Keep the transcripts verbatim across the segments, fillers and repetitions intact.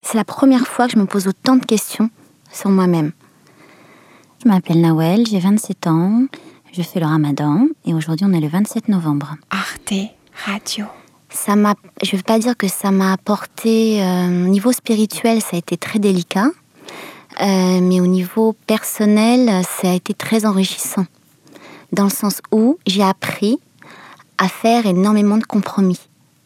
C'est la première fois que je me pose autant de questions sur moi-même. Je m'appelle Nawel, j'ai vingt-sept ans, je fais le ramadan et aujourd'hui on est le vingt-sept novembre. Arte Radio. Ça m'a, je ne veux pas dire que ça m'a apporté, euh, au niveau spirituel, ça a été très délicat, euh, mais au niveau personnel, ça a été très enrichissant. Dans le sens où j'ai appris à faire énormément de compromis.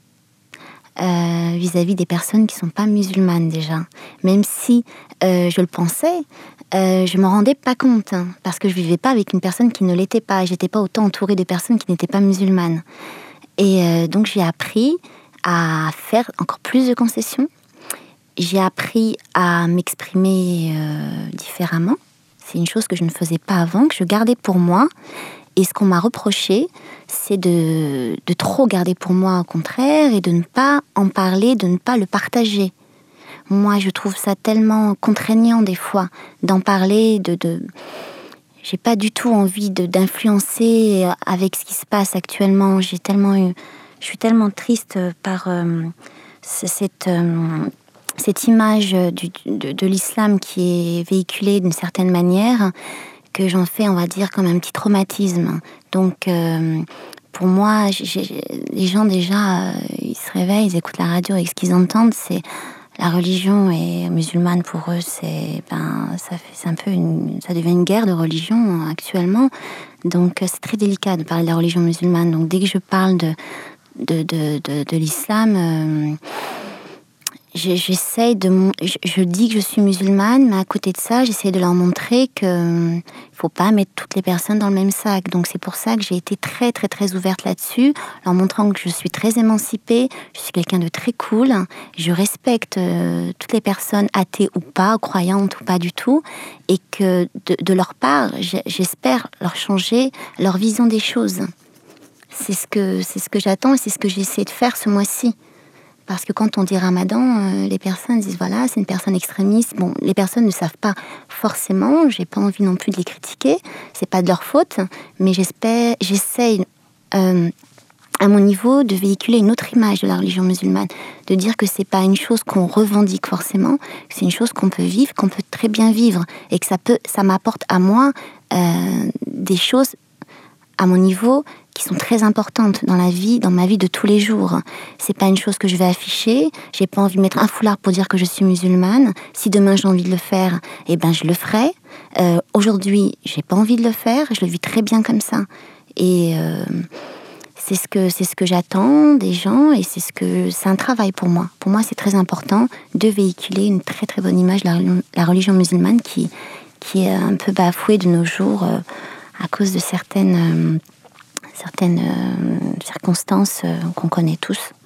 Euh, vis-à-vis des personnes qui ne sont pas musulmanes déjà. Même si euh, je le pensais, euh, je ne m'en rendais pas compte, hein, parce que je ne vivais pas avec une personne qui ne l'était pas. Je n'étais pas autant entourée de personnes qui n'étaient pas musulmanes. Et euh, donc j'ai appris à faire encore plus de concessions. J'ai appris à m'exprimer euh, différemment. C'est une chose que je ne faisais pas avant, que je gardais pour moi. Et ce qu'on m'a reproché, c'est de, de trop garder pour moi, au contraire, et de ne pas en parler, de ne pas le partager. Moi, je trouve ça tellement contraignant, des fois, d'en parler, de... de... J'ai pas du tout envie de, d'influencer avec ce qui se passe actuellement. J'ai tellement eu... Je suis tellement triste par euh, cette... Euh, cette image du, de, de l'islam qui est véhiculée d'une certaine manière, que j'en fais, on va dire, comme un petit traumatisme. Donc, euh, pour moi, j'ai, les gens, déjà, euh, ils se réveillent, ils écoutent la radio, et ce qu'ils entendent, c'est la religion est musulmane pour eux. C'est, ben, ça fait, c'est un peu une, ça devient une guerre de religion actuellement. Donc, c'est très délicat de parler de la religion musulmane. Donc, dès que je parle de, de, de, de, de l'islam... Euh, J'essaie de, je, je dis que je suis musulmane, mais à côté de ça, j'essaie de leur montrer que euh, il faut pas mettre toutes les personnes dans le même sac. Donc c'est pour ça que j'ai été très très très ouverte là-dessus, leur montrant que je suis très émancipée, je suis quelqu'un de très cool, je respecte euh, toutes les personnes athées ou pas, croyantes ou pas du tout, et que de, de leur part, j'espère leur changer leur vision des choses. C'est ce que c'est ce que j'attends et c'est ce que j'essaie de faire ce mois-ci. Parce que quand on dit Ramadan, euh, les personnes disent voilà, c'est une personne extrémiste. Bon, les personnes ne savent pas forcément. J'ai pas envie non plus de les critiquer. C'est pas de leur faute, mais j'espère, j'essaye euh, à mon niveau de véhiculer une autre image de la religion musulmane, de dire que c'est pas une chose qu'on revendique forcément, que c'est une chose qu'on peut vivre, qu'on peut très bien vivre, et que ça peut, ça m'apporte à moi euh, des choses à mon niveau qui sont très importantes dans la vie, dans ma vie de tous les jours. C'est pas une chose que je vais afficher. J'ai pas envie de mettre un foulard pour dire que je suis musulmane. Si demain j'ai envie de le faire, eh ben je le ferai. Euh, aujourd'hui, j'ai pas envie de le faire. Je le vis très bien comme ça. Et euh, c'est ce que c'est ce que j'attends des gens et c'est ce que c'est un travail pour moi. Pour moi, c'est très important de véhiculer une très très bonne image de la, la religion musulmane qui qui est un peu bafouée de nos jours euh, à cause de certaines euh, certaines euh, circonstances euh, qu'on connaît tous.